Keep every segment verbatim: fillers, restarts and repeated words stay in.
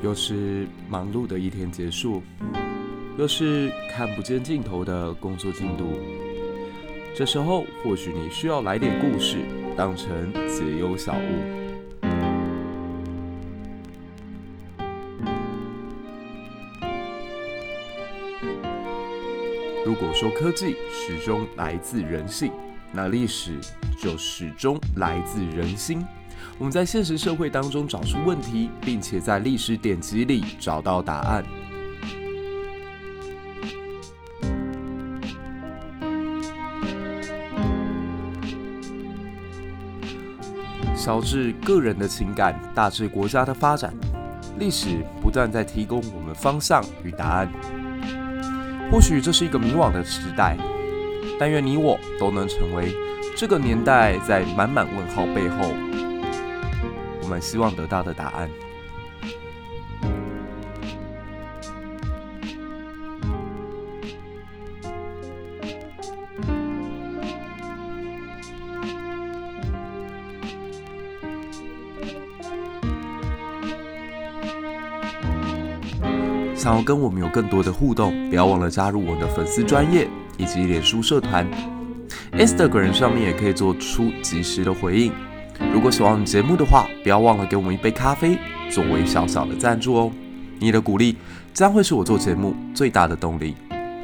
又是忙碌的一天结束，又是看不见尽头的工作进度。这时候，或许你需要来点故事，当成解忧小物。如果说科技始终来自人性，那历史就始终来自人心。我们在现实社会当中找出问题，并且在历史典籍里找到答案。小至个人的情感，大至国家的发展，历史不断在提供我们方向与答案。或许这是一个迷惘的时代，但愿你我都能成为这个年代在满满问号背后，我们希望得到的答案。想要跟我们有更多的互动，不要忘了加入我的粉丝专页以及脸书社团 Instagram 上面也可以做出及时的回应。如果喜欢我们节目的话，不要忘了给我们一杯咖啡作为小小的赞助哦。你的鼓励将会是我做节目最大的动力。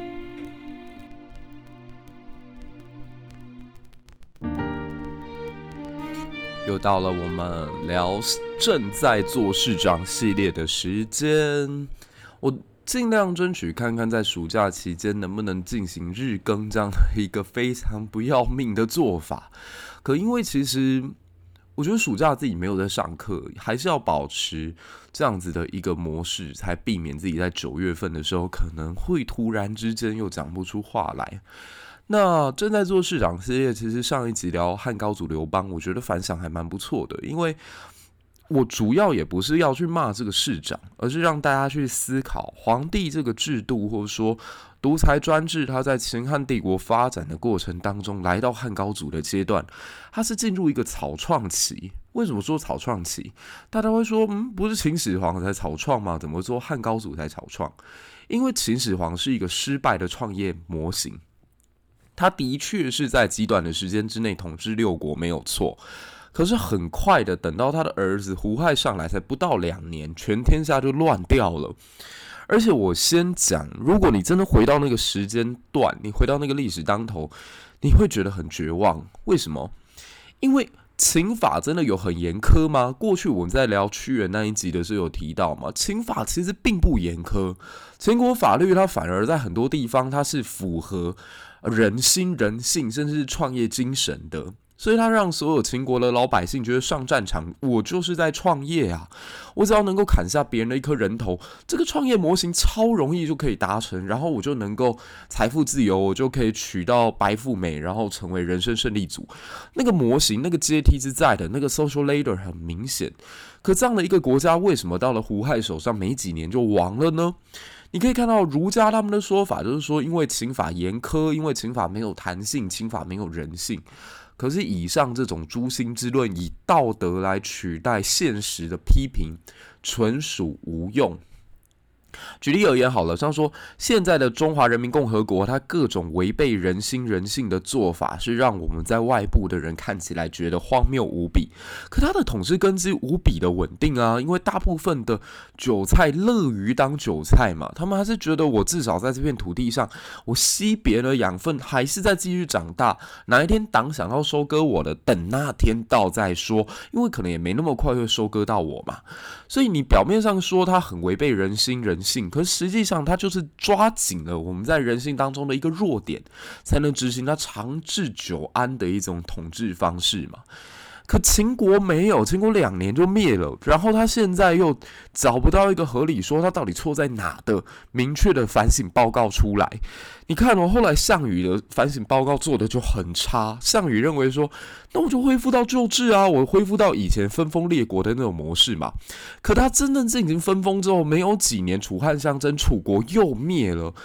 又到了我们聊正在做市长系列的时间，我尽量争取看看在暑假期间能不能进行日更这样的一个非常不要命的做法。可因为其实我觉得暑假自己没有在上课，还是要保持这样子的一个模式，才避免自己在九月份的时候可能会突然之间又讲不出话来。那正在做市长系列，其实上一集聊汉高祖刘邦，我觉得反响还蛮不错的，因为我主要也不是要去骂这个市长，而是让大家去思考皇帝这个制度，或者说独裁专制，它在秦汉帝国发展的过程当中，来到汉高祖的阶段，它是进入一个草创期。为什么说草创期？大家会说，嗯，不是秦始皇才草创吗？怎么说汉高祖才草创？因为秦始皇是一个失败的创业模型，他的确是在极短的时间之内统治六国，没有错。可是很快的，等到他的儿子胡亥上来，才不到两年，全天下就乱掉了。而且我先讲，如果你真的回到那个时间段，你回到那个历史当头，你会觉得很绝望。为什么？因为秦法真的有很严苛吗？过去我们在聊屈原那一集的时候有提到嘛，秦法其实并不严苛，秦国法律它反而在很多地方它是符合人心、人性，甚至是创业精神的。所以他让所有秦国的老百姓觉得上战场，我就是在创业啊！我只要能够砍下别人的一颗人头，这个创业模型超容易就可以达成，然后我就能够财富自由，我就可以娶到白富美，然后成为人生胜利组。那个模型，那个阶梯是在的，那个 social ladder 很明显。可这样的一个国家，为什么到了胡亥手上没几年就亡了呢？你可以看到儒家他们的说法，就是说，因为秦法严苛，因为秦法没有弹性，秦法没有人性。可是以上这种诛心之论，以道德来取代现实的批评，纯属无用。举例而言好了，像说现在的中华人民共和国，它各种违背人心人性的做法，是让我们在外部的人看起来觉得荒谬无比。可它的统治根基无比的稳定啊，因为大部分的韭菜乐于当韭菜嘛，他们还是觉得我至少在这片土地上，我吸别人的养分，还是在继续长大。哪一天党想要收割我的，等那天到再说，因为可能也没那么快会收割到我嘛。所以你表面上说它很违背人心人性，可是实际上它就是抓紧了我们在人性当中的一个弱点，才能执行它长治久安的一种统治方式嘛。可秦国没有，秦国两年就灭了，然后他现在又找不到一个合理说他到底错在哪的明确的反省报告出来。你看哦，后来项羽的反省报告做的就很差，项羽认为说，那我就恢复到旧制啊，我恢复到以前分封列国的那种模式嘛。可他真正进行分封之后，没有几年，楚汉相争，楚国又灭了。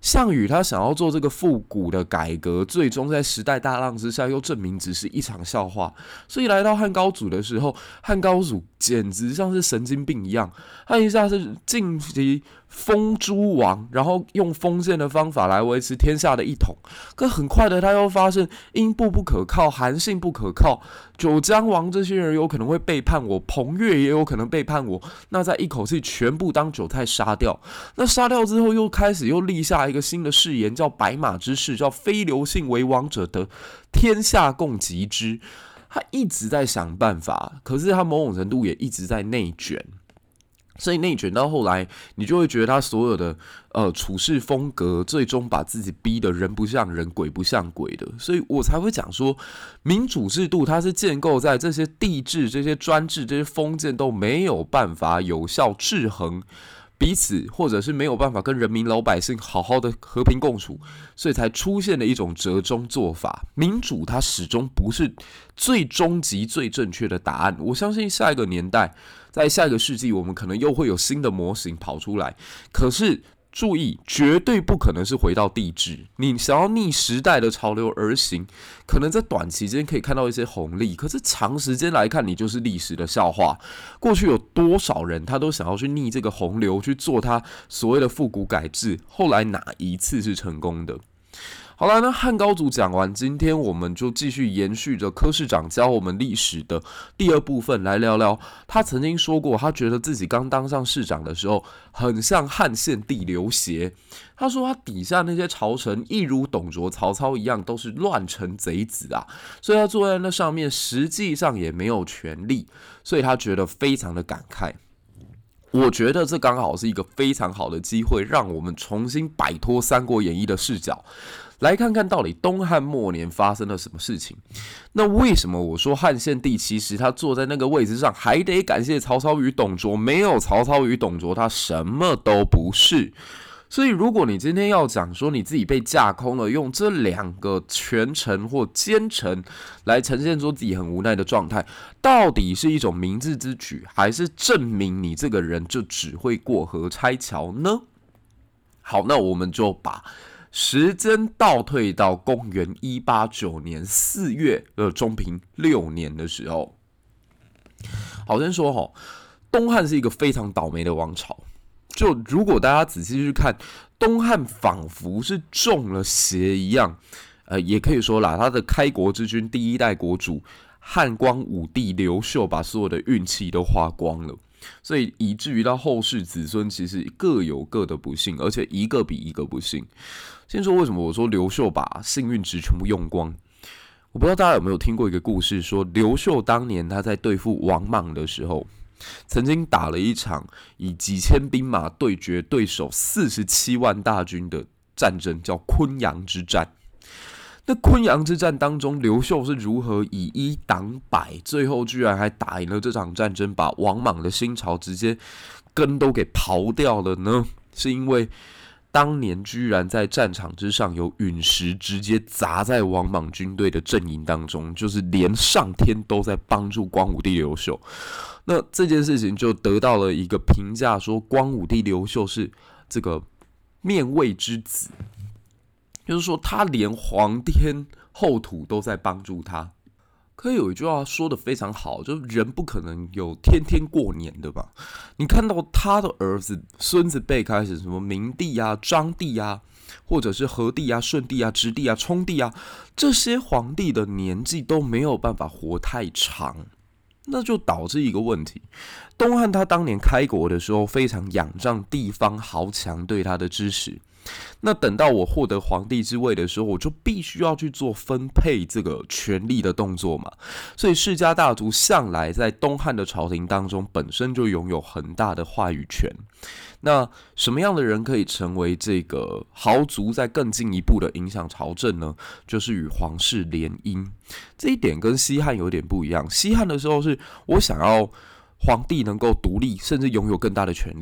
项羽他想要做这个复古的改革，最终在时代大浪之下又证明只是一场笑话。所以来到汉高祖的时候，汉高祖简直像是神经病一样，他一下是晋级封诸王，然后用封建的方法来维持天下的一统。可很快的，他又发现英布不可靠，韩信不可靠，九江王这些人有可能会背叛我，彭越也有可能背叛我。那在一口气全部当韭菜杀掉。那杀掉之后，又开始又立下一个新的誓言，叫白马之誓，叫非刘姓为王者得，天下共击之。他一直在想办法，可是他某种程度也一直在内卷。所以内卷到后来，你就会觉得他所有的呃处事风格，最终把自己逼得人不像人，鬼不像鬼的。所以我才会讲说，民主制度它是建构在这些帝制、这些专制、这些封建都没有办法有效制衡彼此，或者是没有办法跟人民老百姓好好的和平共处，所以才出现了一种折中做法。民主它始终不是最终极、最正确的答案。我相信下一个年代，在下一个世纪，我们可能又会有新的模型跑出来。可是注意，绝对不可能是回到帝制。你想要逆时代的潮流而行，可能在短期间可以看到一些红利，可是长时间来看，你就是历史的笑话。过去有多少人他都想要去逆这个洪流，去做他所谓的复古改制，后来哪一次是成功的？好了，那汉高祖讲完，今天我们就继续延续着柯市长教我们历史的第二部分，来聊聊他曾经说过，他觉得自己刚当上市长的时候，很像汉献帝刘协。他说他底下那些朝臣，一如董卓、曹操一样，都是乱臣贼子啊，所以他坐在那上面，实际上也没有权力，所以他觉得非常的感慨。我觉得这刚好是一个非常好的机会，让我们重新摆脱《三国演义》的视角，来看看到底东汉末年发生了什么事情。那为什么我说汉献帝其实他坐在那个位置上，还得感谢曹操与董卓？没有曹操与董卓，他什么都不是。所以，如果你今天要讲说你自己被架空了，用这两个权臣或奸臣来呈现出自己很无奈的状态，到底是一种明智之举，还是证明你这个人就只会过河拆桥呢？好，那我们就把时间倒退到公元一八九年四月的中平六年的时候。好，先说齁，东汉是一个非常倒霉的王朝。就如果大家仔细去看，东汉仿佛是中了邪一样，呃，也可以说啦，他的开国之君第一代国主汉光武帝刘秀，把所有的运气都花光了，所以以至于到后世子孙其实各有各的不幸，而且一个比一个不幸。先说为什么我说刘秀把幸运值全部用光，我不知道大家有没有听过一个故事，说刘秀当年他在对付王莽的时候，曾经打了一场以几千兵马对决对手四十七万大军的战争，叫昆阳之战。那昆阳之战当中，刘秀是如何以一挡百，最后居然还打赢了这场战争，把王莽的新朝直接根都给刨掉了呢？是因为当年居然在战场之上有陨石直接砸在王莽军队的阵营当中，就是连上天都在帮助光武帝刘秀。那这件事情就得到了一个评价，说光武帝刘秀是这个面位之子，就是说他连皇天后土都在帮助他。可以有一句话说的非常好，就是人不可能有天天过年的吧？你看到他的儿子、孙子辈开始什么明帝啊、章帝啊，或者是和帝啊、顺帝啊、直帝啊、冲帝啊，这些皇帝的年纪都没有办法活太长。那就导致一个问题，东汉他当年开国的时候非常仰仗地方豪强对他的支持，那等到我获得皇帝之位的时候，我就必须要去做分配这个权力的动作嘛。所以世家大族向来在东汉的朝廷当中本身就拥有很大的话语权。那什么样的人可以成为这个豪族，在更进一步的影响朝政呢？就是与皇室联姻。这一点跟西汉有点不一样。西汉的时候是我想要皇帝能够独立，甚至拥有更大的权力，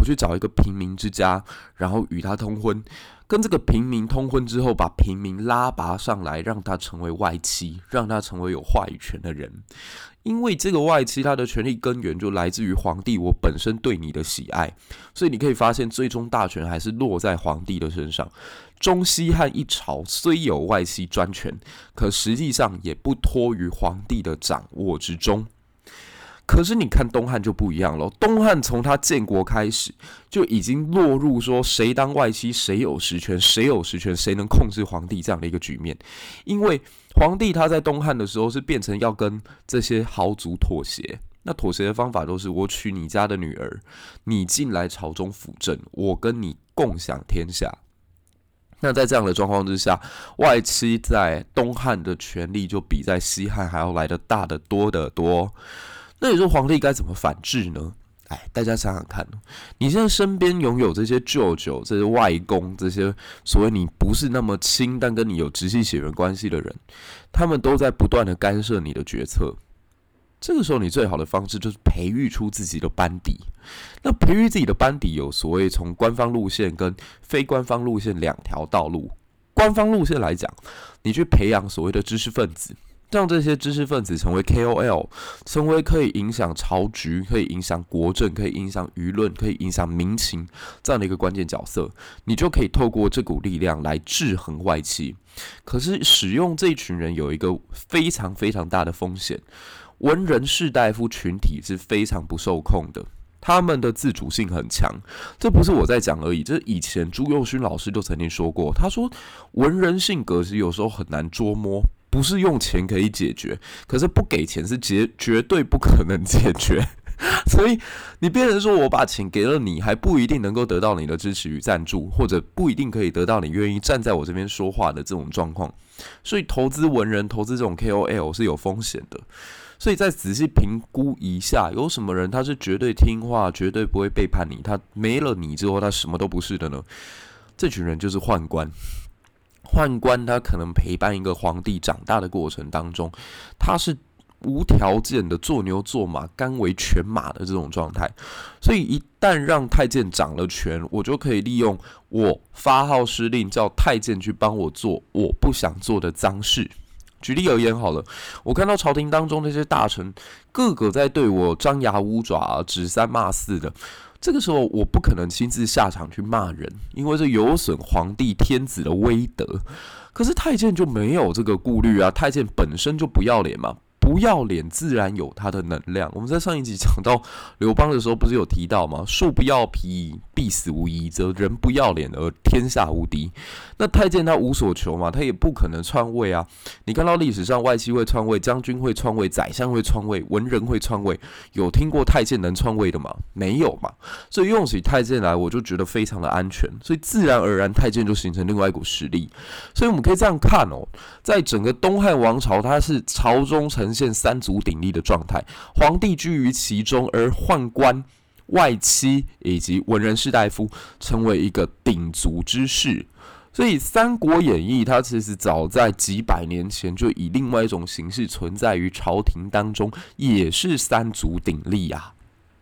我去找一个平民之家，然后与他通婚，跟这个平民通婚之后，把平民拉拔上来，让他成为外戚，让他成为有话语权的人。因为这个外戚他的权力根源就来自于皇帝我本身对你的喜爱，所以你可以发现最终大权还是落在皇帝的身上。中西汉一朝虽有外戚专权，可实际上也不脱于皇帝的掌握之中。可是你看东汉就不一样了，东汉从他建国开始就已经落入说谁当外戚谁有实权，谁有实权谁能控制皇帝这样的一个局面。因为皇帝他在东汉的时候是变成要跟这些豪族妥协，那妥协的方法都是我娶你家的女儿，你进来朝中辅政，我跟你共享天下。那在这样的状况之下，外戚在东汉的权力就比在西汉还要来得大得多得多。那你说皇帝该怎么反制呢？哎，大家想想看，你现在身边拥有这些舅舅、这些外公、这些所谓你不是那么亲但跟你有直系血缘关系的人，他们都在不断的干涉你的决策。这个时候，你最好的方式就是培育出自己的班底。那培育自己的班底有所谓从官方路线跟非官方路线两条道路。官方路线来讲，你去培养所谓的知识分子。让这些知识分子成为 K O L， 成为可以影响朝局、可以影响国政、可以影响舆论、可以影响民情这样的一个关键角色，你就可以透过这股力量来制衡外戚。可是使用这一群人有一个非常非常大的风险，文人士大夫群体是非常不受控的。他们的自主性很强，这不是我在讲而已。这以前朱佑勋老师就曾经说过，他说文人性格是有时候很难捉摸，不是用钱可以解决，可是不给钱是绝对不可能解决。所以你变成说我把钱给了你，还不一定能够得到你的支持与赞助，或者不一定可以得到你愿意站在我这边说话的这种状况。所以投资文人、投资这种 K O L 是有风险的。所以再仔细评估一下，有什么人他是绝对听话、绝对不会背叛你，他没了你之后他什么都不是的呢？这群人就是宦官。宦官他可能陪伴一个皇帝长大的过程当中，他是无条件的做牛做马、甘为犬马的这种状态。所以一旦让太监掌了权，我就可以利用我发号施令，叫太监去帮我做我不想做的脏事。举例而言好了，我看到朝廷当中那些大臣，个个在对我张牙舞爪、指三骂四的。这个时候，我不可能亲自下场去骂人，因为这有损皇帝天子的威德。可是太监就没有这个顾虑啊，太监本身就不要脸嘛。不要脸自然有它的能量。我们在上一集讲到刘邦的时候，不是有提到吗？树不要皮，必死无疑；则人不要脸，而天下无敌。那太监他无所求嘛，他也不可能篡位啊。你看到历史上外戚会篡位，将军会篡位，宰相会篡位，文人会篡位，有听过太监能篡位的吗？没有嘛。所以用起太监来，我就觉得非常的安全。所以自然而然，太监就形成另外一股实力。所以我们可以这样看哦，在整个东汉王朝，它是朝中呈现三足鼎立的状态，皇帝居于其中，而宦官、外戚以及文人士大夫成为一个鼎足之势。所以《三国演义》它其实早在几百年前就以另外一种形式存在于朝廷当中，也是三足鼎立啊。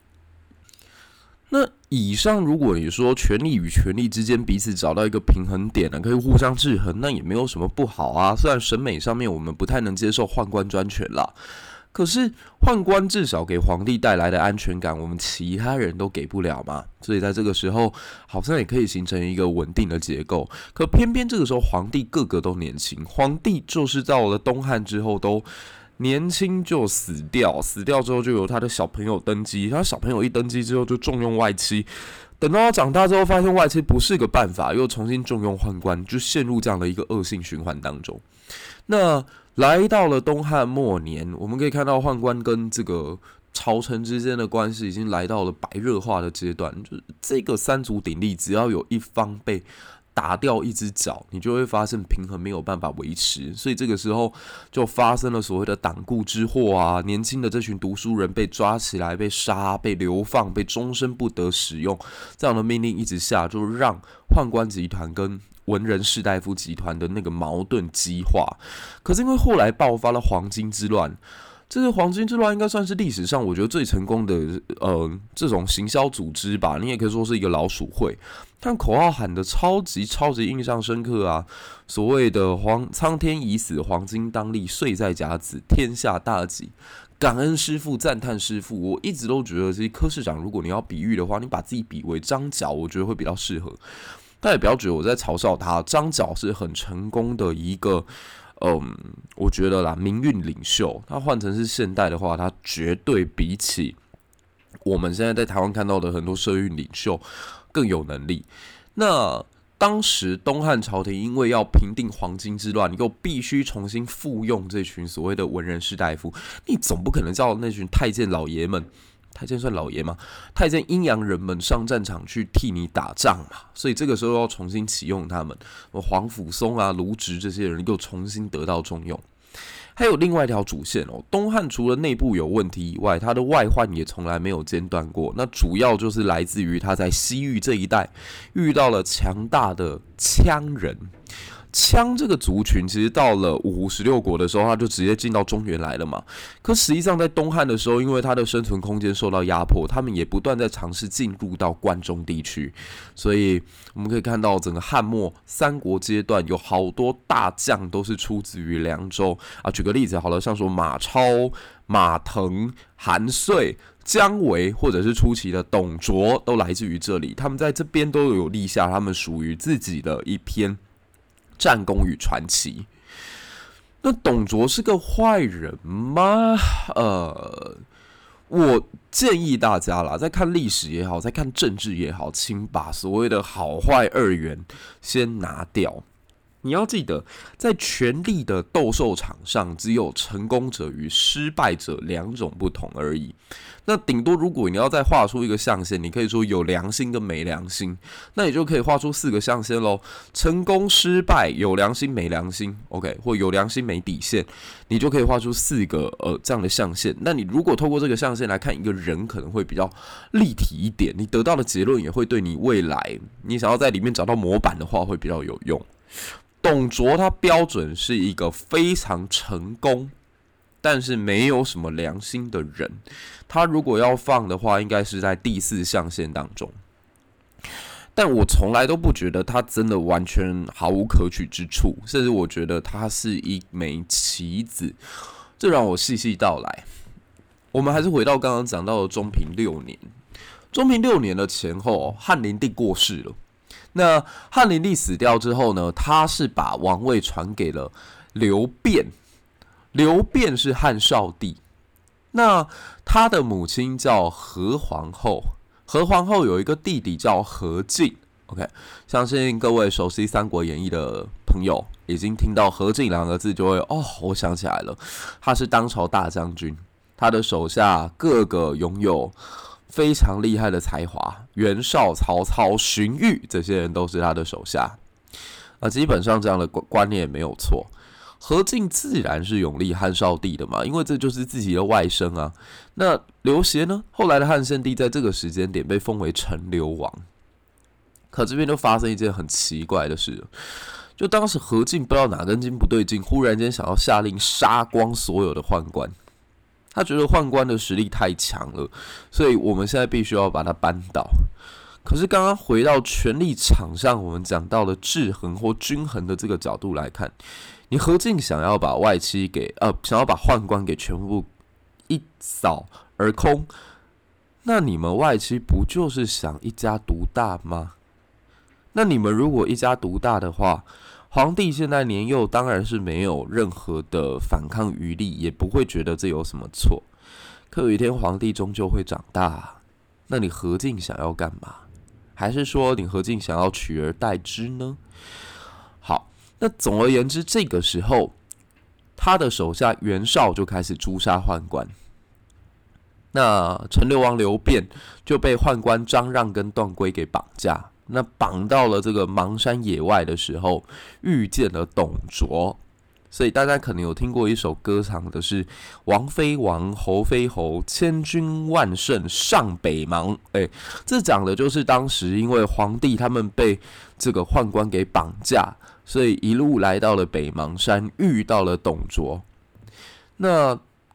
那以上，如果你说权力与权力之间彼此找到一个平衡点呢，可以互相制衡，那也没有什么不好啊。虽然审美上面我们不太能接受宦官专权啦，可是宦官至少给皇帝带来的安全感，我们其他人都给不了嘛。所以在这个时候，好像也可以形成一个稳定的结构。可偏偏这个时候，皇帝个个都年轻，皇帝就是到了东汉之后都年轻就死掉，死掉之后就由他的小朋友登基，他小朋友一登基之后就重用外戚，等到他长大之后发现外戚不是个办法，又重新重用宦官，就陷入这样的一个恶性循环当中。那来到了东汉末年，我们可以看到宦官跟这个朝臣之间的关系已经来到了白热化的阶段，就是这个三足鼎立，只要有一方被打掉一只脚，你就会发现平衡没有办法维持，所以这个时候就发生了所谓的党锢之祸啊，年轻的这群读书人被抓起来、被杀、被流放、被终身不得使用，这样的命令一直下，就让宦官集团跟文人士大夫集团的那个矛盾激化。可是因为后来爆发了黄巾之乱， 这个黄巾之乱应该算是历史上我觉得最成功的呃这种行销组织吧，你也可以说是一个老鼠会。但口号喊的超级超级印象深刻啊！所谓的黄苍天已死，黄金当立，岁在甲子，天下大吉。感恩师父，赞叹师父。我一直都觉得，这些柯市长，如果你要比喻的话，你把自己比为张角，我觉得会比较适合。但也不要觉得我在嘲笑他，张角是很成功的一个，嗯，我觉得啦，民运领袖。他换成是现代的话，他绝对比起我们现在在台湾看到的很多社运领袖更有能力。那当时东汉朝廷因为要平定黄巾之乱，又必须重新复用这群所谓的文人士大夫，你总不可能叫那群太监老爷们，太监算老爷吗？太监阴阳人们上战场去替你打仗嘛，所以这个时候要重新启用他们，黄甫松啊、卢植这些人又重新得到重用。还有另外一条主线哦，东汉除了内部有问题以外，他的外患也从来没有间断过。那主要就是来自于他在西域这一带遇到了强大的羌人。羌这个族群其实到了五胡十六国的时候，他就直接进到中原来了嘛。可实际上在东汉的时候，因为他的生存空间受到压迫，他们也不断在尝试进入到关中地区。所以我们可以看到，整个汉末三国阶段有好多大将都是出自于凉州啊。举个例子好了，像说马超、马腾、韩遂、姜维，或者是初期的董卓，都来自于这里。他们在这边都有立下他们属于自己的一篇战功与传奇。那董卓是个坏人吗？呃，我建议大家啦，在看历史也好，在看政治也好，请把所谓的好坏二元先拿掉。你要记得，在权力的斗兽场上，只有成功者与失败者两种不同而已。那顶多，如果你要再画出一个象限，你可以说有良心跟没良心，那你就可以画出四个象限咯。成功、失败、有良心、没良心 ，OK， 或有良心没底线，你就可以画出四个呃这样的象限。那你如果透过这个象限来看一个人，可能会比较立体一点，你得到的结论也会对你未来你想要在里面找到模板的话，会比较有用。董卓他标准是一个非常成功，但是没有什么良心的人。他如果要放的话，应该是在第四象限当中。但我从来都不觉得他真的完全毫无可取之处，甚至我觉得他是一枚棋子。这让我细细道来。我们还是回到刚刚讲到的中平六年。中平六年的前后，汉灵帝过世了。那汉灵帝死掉之后呢，他是把王位传给了刘辩。刘辩是汉少帝，那他的母亲叫何皇后，何皇后有一个弟弟叫何进。OK， 相信各位熟悉《三国演义》的朋友，已经听到何进两个字就会哦，我想起来了，他是当朝大将军，他的手下各个拥有非常厉害的才华，袁绍、曹操、荀彧这些人都是他的手下。啊，基本上这样的观念也没有错。何进自然是拥立汉少帝的嘛，因为这就是自己的外甥啊。那刘协呢？后来的汉献帝在这个时间点被封为陈留王。可这边就发生一件很奇怪的事，就当时何进不知道哪根筋不对劲，忽然间想要下令杀光所有的宦官。他觉得宦官的实力太强了，所以我们现在必须要把他扳倒。可是刚刚回到权力场上，我们讲到了制衡或均衡的这个角度来看，你何进想要把外戚给呃，想要把宦官给全部一扫而空，那你们外戚不就是想一家独大吗？那你们如果一家独大的话，皇帝现在年幼，当然是没有任何的反抗余力，也不会觉得这有什么错。可有一天皇帝终究会长大，那你何进想要干嘛？还是说你何进想要取而代之呢？好，那总而言之，这个时候他的手下袁绍就开始诛杀宦官。那陈留王刘辩就被宦官张让跟段珪给绑架。那绑到了这个邙山野外的时候，遇见了董卓，所以大家可能有听过一首歌，唱的是“王非王，侯非侯，千军万胜上北邙”。哎，这讲的就是当时因为皇帝他们被这个宦官给绑架，所以一路来到了北邙山，遇到了董卓。那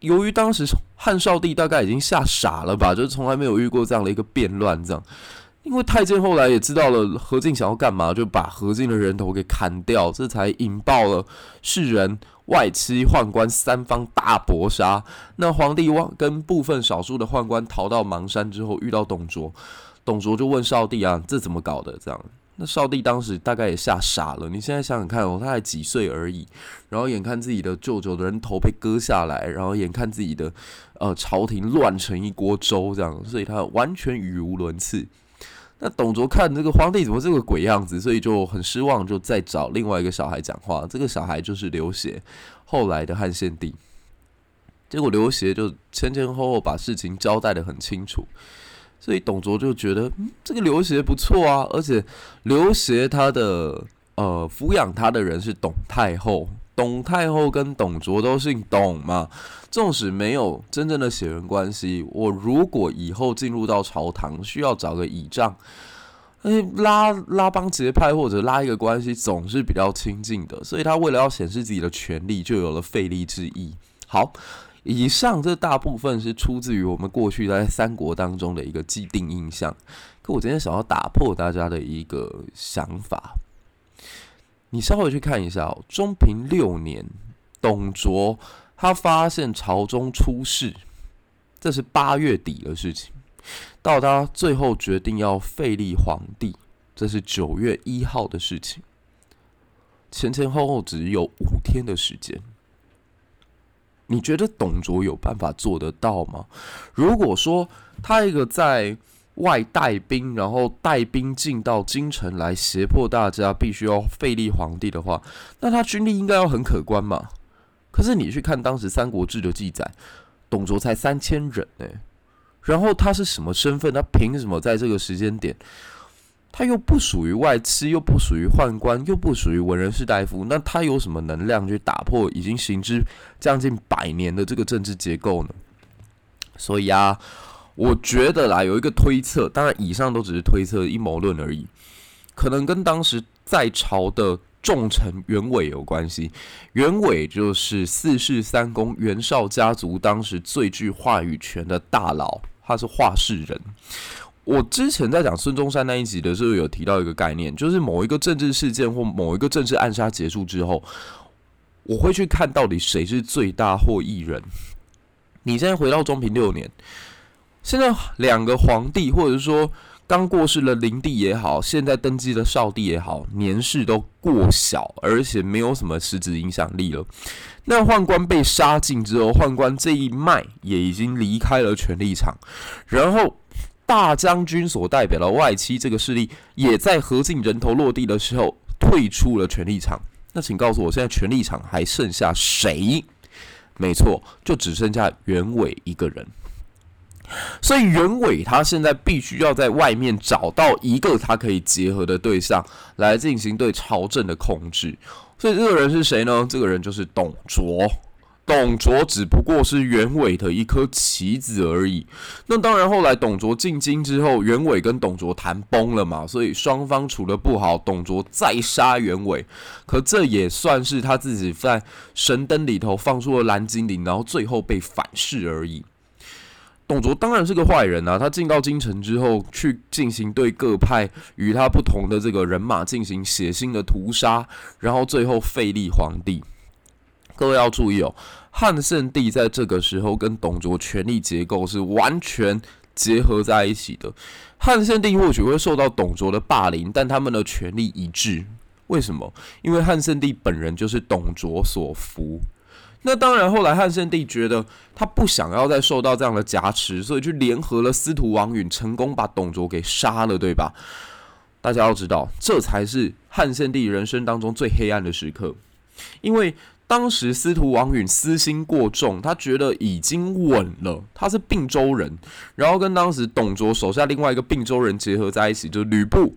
由于当时汉少帝大概已经吓傻了吧，就是从来没有遇过这样的一个变乱，这样。因为太监后来也知道了何进想要干嘛，就把何进的人头给砍掉，这才引爆了士人、外戚、宦官三方大搏杀。那皇帝跟部分少数的宦官逃到邙山之后，遇到董卓，董卓就问少帝啊，这怎么搞的？这样，那少帝当时大概也吓傻了。你现在想想看哦，他才几岁而已，然后眼看自己的舅舅的人头被割下来，然后眼看自己的呃朝廷乱成一锅粥，这样，所以他完全语无伦次。那董卓看这个皇帝怎么这个鬼样子，所以就很失望，就再找另外一个小孩讲话。这个小孩就是刘协，后来的汉献帝。结果刘协就前前后后把事情交代得很清楚，所以董卓就觉得，嗯，这个刘协不错啊，而且刘协他的呃抚养他的人是董太后。董太后跟董卓都姓董嘛，纵使没有真正的血缘关系，我如果以后进入到朝堂，需要找个倚仗，拉拉帮结派或者拉一个关系，总是比较亲近的。所以他为了要显示自己的权力，就有了废立之意。好，以上这大部分是出自于我们过去在三国当中的一个既定印象，可我今天想要打破大家的一个想法。你稍微去看一下哦，中平六年，董卓他发现朝中出事，这是八月底的事情。到他最后决定要废立皇帝，这是九月一号的事情。前前后后只有五天的时间。你觉得董卓有办法做得到吗？如果说他一个在外带兵，然后带兵进到京城来胁迫大家必须要废立皇帝的话，那他军力应该要很可观嘛。可是你去看当时《三国志》的记载，董卓才三千人呢、欸，然后他是什么身份？他凭什么在这个时间点？他又不属于外戚，又不属于宦官，又不属于文人士大夫，那他有什么能量去打破已经行之将近百年的这个政治结构呢？所以啊，我觉得啦，有一个推测，当然以上都只是推测、阴谋论而已，可能跟当时在朝的重臣袁伟有关系。袁伟就是四世三公袁绍家族当时最具话语权的大佬，他是话事人。我之前在讲孙中山那一集的时候，有提到一个概念，就是某一个政治事件或某一个政治暗杀结束之后，我会去看到底谁是最大获益人。你现在回到中平六年，现在两个皇帝，或者说刚过世的灵帝也好，现在登基的少帝也好，年事都过小，而且没有什么实质影响力了。那宦官被杀尽之后，宦官这一脉也已经离开了权力场，然后大将军所代表的外戚这个势力，也在何进人头落地的时候退出了权力场。那请告诉我，现在权力场还剩下谁？没错，就只剩下袁伟一个人。所以袁伟他现在必须要在外面找到一个他可以结合的对象，来进行对朝政的控制。所以这个人是谁呢？这个人就是董卓。董卓只不过是袁伟的一颗棋子而已。那当然，后来董卓进京之后，袁伟跟董卓谈崩了嘛，所以双方处得不好，董卓再杀袁伟。可这也算是他自己在神灯里头放出了蓝精灵，然后最后被反噬而已。董卓当然是个坏人啊，他进到京城之后，去进行对各派与他不同的这个人马进行血腥的屠杀，然后最后废立皇帝。各位要注意哦，汉献帝在这个时候跟董卓权力结构是完全结合在一起的。汉献帝或许会受到董卓的霸凌，但他们的权力一致。为什么？因为汉献帝本人就是董卓所服。那当然，后来汉献帝觉得他不想要再受到这样的夹持，所以就联合了司徒王允，成功把董卓给杀了，对吧？大家要知道，这才是汉献帝人生当中最黑暗的时刻，因为当时司徒王允私心过重，他觉得已经稳了，他是并州人，然后跟当时董卓手下另外一个并州人结合在一起，就是吕布，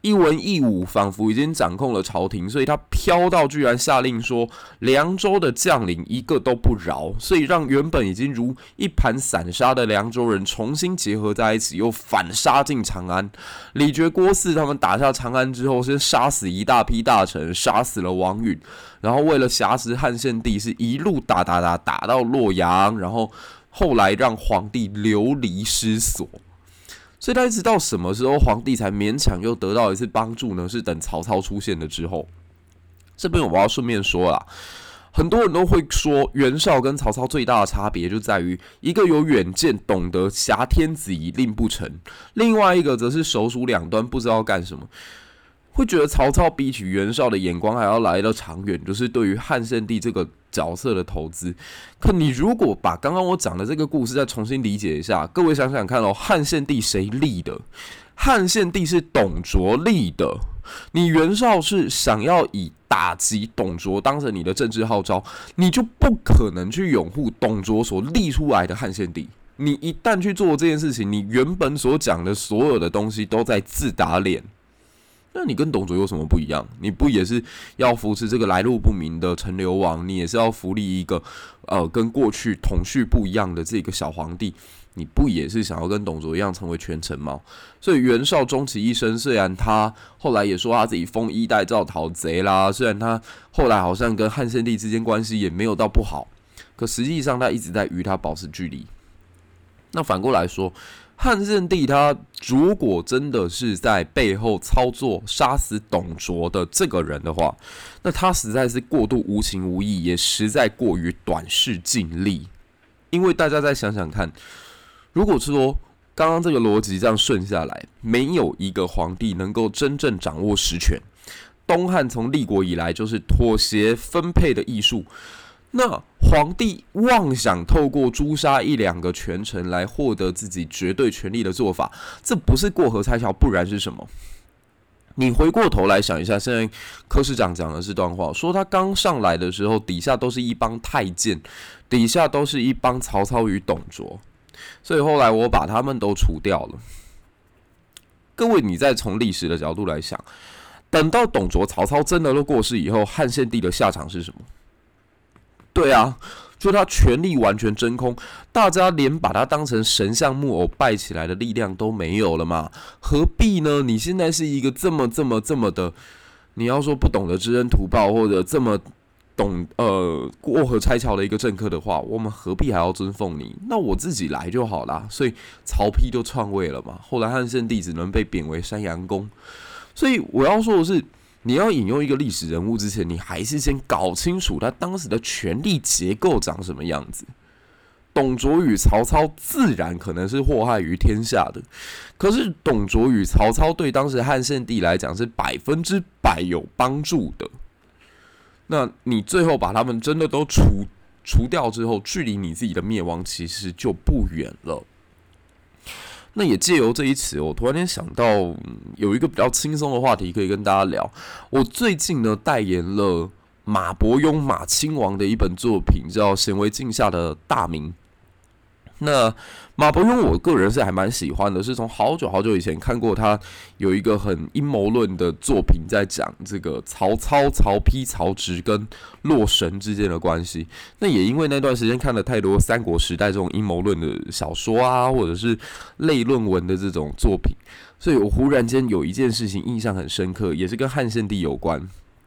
一文一武，仿佛已经掌控了朝廷，所以他飘到居然下令说，凉州的将领一个都不饶，所以让原本已经如一盘散沙的凉州人重新结合在一起，又反杀进长安。李傕、郭汜他们打下长安之后，先杀死一大批大臣，杀死了王允，然后为了挟持汉献帝，是一路打打打打到洛阳，然后后来让皇帝流离失所。所以他一直到什么时候皇帝才勉强又得到一次帮助呢？是等曹操出现了之后。这边我要顺便说啦，很多人都会说袁绍跟曹操最大的差别就在于，一个有远见，懂得挟天子以令不成；另外一个则是手鼠两端，不知道干什么。会觉得曹操比起袁绍的眼光还要来得长远，就是对于汉献帝这个角色的投资。可你如果把刚刚我讲的这个故事再重新理解一下，各位想想看哦，汉献帝谁立的？汉献帝是董卓立的。你袁绍是想要以打击董卓当成你的政治号召，你就不可能去拥护董卓所立出来的汉献帝。你一旦去做这件事情，你原本所讲的所有的东西都在自打脸。那你跟董卓有什么不一样？你不也是要扶持这个来路不明的陈留王？你也是要扶立一个呃跟过去统序不一样的这个小皇帝？你不也是想要跟董卓一样成为权臣吗？所以袁绍终其一生，虽然他后来也说他自己封一代赵讨贼啦，虽然他后来好像跟汉献帝之间关系也没有到不好，可实际上他一直在与他保持距离。那反过来说，汉献帝他如果真的是在背后操作杀死董卓的这个人的话，那他实在是过度无情无义，也实在过于短视近利。因为大家再想想看，如果说刚刚这个逻辑这样顺下来，没有一个皇帝能够真正掌握实权。东汉从立国以来就是妥协分配的艺术。那皇帝妄想透过诛杀一两个权臣来获得自己绝对权力的做法，这不是过河拆桥，不然是什么？你回过头来想一下，现在柯市长讲的这段话，说他刚上来的时候，底下都是一帮太监，底下都是一帮曹操与董卓，所以后来我把他们都除掉了。各位，你再从历史的角度来想，等到董卓、曹操真的都过世以后，汉献帝的下场是什么？对啊，就他权力完全真空，大家连把他当成神像木偶拜起来的力量都没有了嘛？何必呢？你现在是一个这么这么这么的，你要说不懂得知恩图报，或者这么懂呃过河拆桥的一个政客的话，我们何必还要尊奉你？那我自己来就好啦。所以曹丕就篡位了嘛，后来汉献帝只能被贬为山阳公。所以我要说的是，你要引用一个历史人物之前，你还是先搞清楚他当时的权力结构长什么样子。董卓与曹操自然可能是祸害于天下的，可是董卓与曹操对当时汉献帝来讲是百分之百有帮助的。那你最后把他们真的都除除掉之后，距离你自己的灭亡其实就不远了。那也借由这一次，我突然间想到、嗯、有一个比较轻松的话题可以跟大家聊。我最近呢代言了马伯庸马亲王的一本作品，叫《显微镜下的大明》。那马伯庸，我个人是还蛮喜欢的，是从好久好久以前看过他有一个很阴谋论的作品，在讲这个曹操、曹丕、曹植跟洛神之间的关系。那也因为那段时间看了太多三国时代这种阴谋论的小说啊，或者是类论文的这种作品，所以我忽然间有一件事情印象很深刻，也是跟汉献帝有关。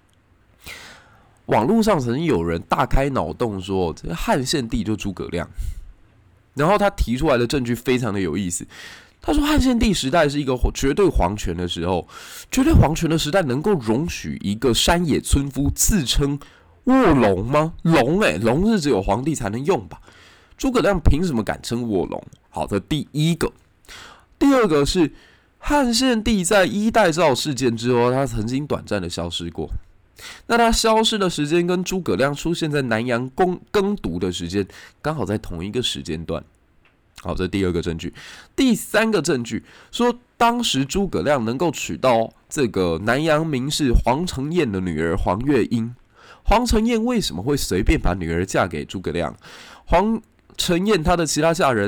网络上曾经有人大开脑洞说，这个汉献帝就诸葛亮。然后他提出来的证据非常的有意思，他说汉献帝时代是一个绝对皇权的时候，绝对皇权的时代能够容许一个山野村夫自称卧龙吗？龙哎、欸，龙是只有皇帝才能用吧？诸葛亮凭什么敢称卧龙？好的，第一个，第二个是汉献帝在一代诏事件之后，他曾经短暂的消失过。那他消失的时间跟诸葛亮出现在南阳耕读的时间刚好在同一个时间段。好，这是第二个证据。第三个证据说，当时诸葛亮能够娶到这个南阳名士黄承彦的女儿黄月英。黄承彦为什么会随便把女儿嫁给诸葛亮？黄承彦他的其他下人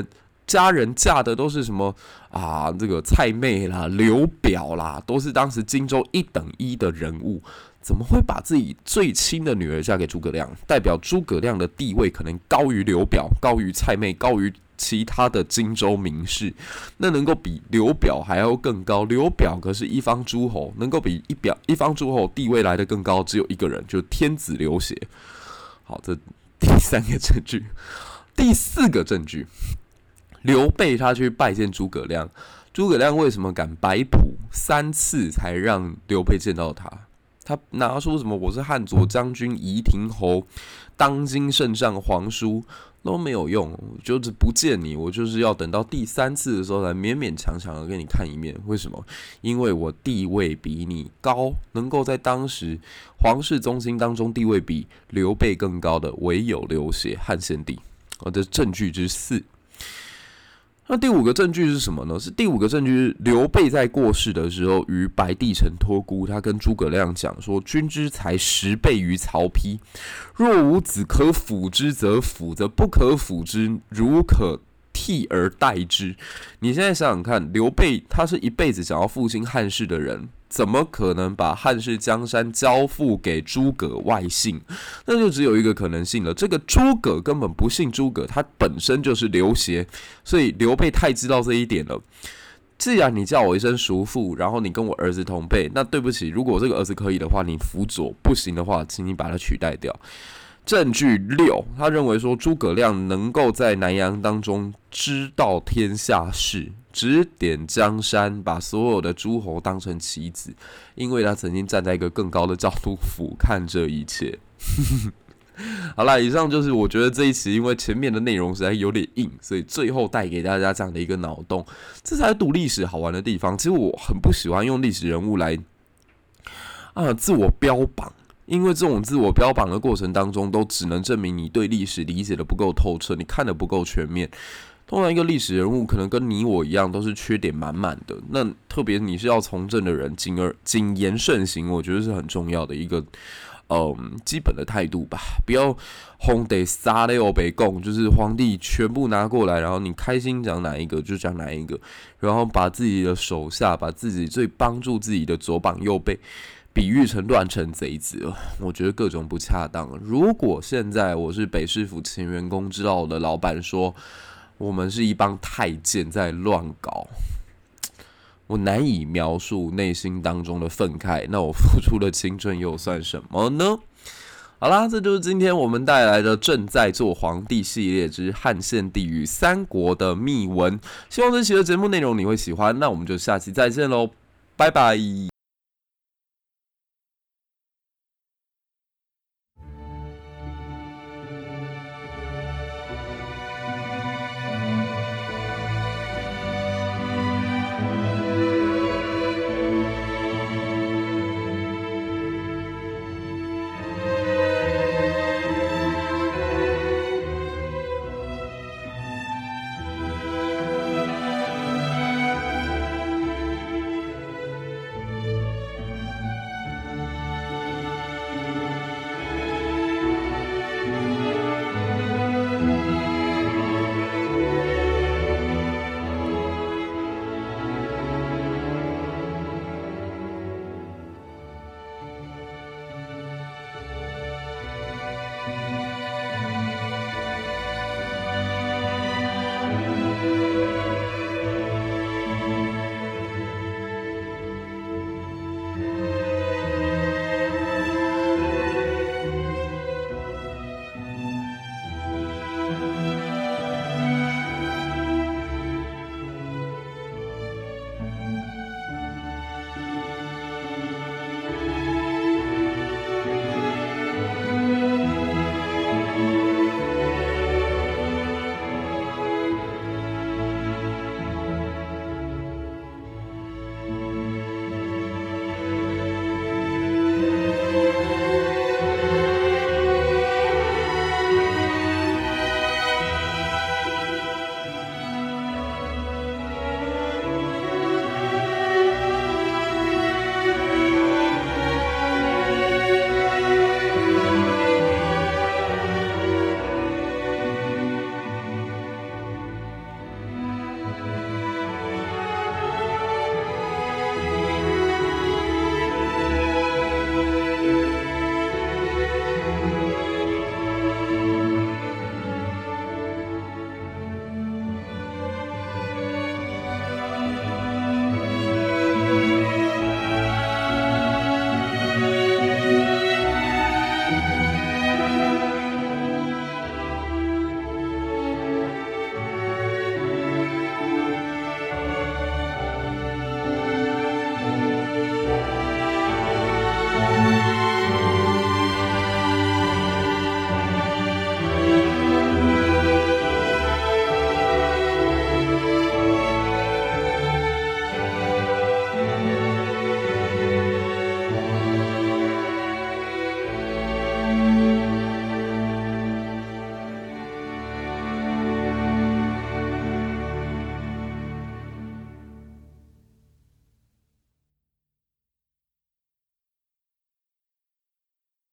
家人嫁的都是什么啊？这个蔡妹啦、刘表啦，都是当时荆州一等一的人物，怎么会把自己最亲的女儿嫁给诸葛亮？代表诸葛亮的地位可能高于刘表、高于蔡妹、高于其他的荆州名士，那能够比刘表还要更高。刘表可是一方诸侯，能够比一表一方诸侯地位来得更高，只有一个人，就是天子刘协。好，这第三个证据。第四个证据，刘备他去拜见诸葛亮，诸葛亮为什么敢摆谱三次才让刘备见到他？他拿出什么我是汉左将军、仪亭侯、当今圣上皇叔都没有用，就是不见你，我就是要等到第三次的时候才勉勉强强的跟你看一面。为什么？因为我地位比你高，能够在当时皇室宗亲当中地位比刘备更高的，唯有刘协汉献帝。我的证据之四。那第五个证据是什么呢？是第五个证据是刘备在过世的时候，于白帝城托孤，他跟诸葛亮讲说：“君之才十倍于曹丕，若无子可辅之，则辅；则不可辅之，如可替而代之。”你现在想想看，刘备他是一辈子想要复兴汉室的人，怎么可能把汉室江山交付给诸葛外姓？那就只有一个可能性了，这个诸葛根本不姓诸葛，他本身就是刘协，所以刘备太知道这一点了。既然你叫我一声叔父，然后你跟我儿子同辈，那对不起，如果这个儿子可以的话，你辅佐；不行的话，请你把他取代掉。证据六，他认为说诸葛亮能够在南阳当中知道天下事，指点江山，把所有的诸侯当成棋子，因为他曾经站在一个更高的角度俯瞰这一切。好啦，以上就是我觉得这一期因为前面的内容实在有点硬，所以最后带给大家这样的一个脑洞，这才是读历史好玩的地方。其实我很不喜欢用历史人物来啊自我标榜。因为这种自我标榜的过程当中，都只能证明你对历史理解的不够透彻，你看的不够全面。通常一个历史人物可能跟你我一样，都是缺点满满的。那特别你是要从政的人，谨而谨言慎行，我觉得是很重要的一个嗯基本的态度吧。不要轰得撒勒欧北贡，就是皇帝全部拿过来，然后你开心讲哪一个就讲哪一个，然后把自己的手下，把自己最帮助自己的左膀右臂比喻成乱臣贼子，我觉得各种不恰当。如果现在我是北市府前员工，知道我的老板说我们是一帮太监在乱搞，我难以描述内心当中的愤慨。那我付出的青春又算什么呢？好啦，这就是今天我们带来的正在做皇帝系列之汉献帝与三国的秘闻。希望这期的节目内容你会喜欢，那我们就下期再见喽，拜拜。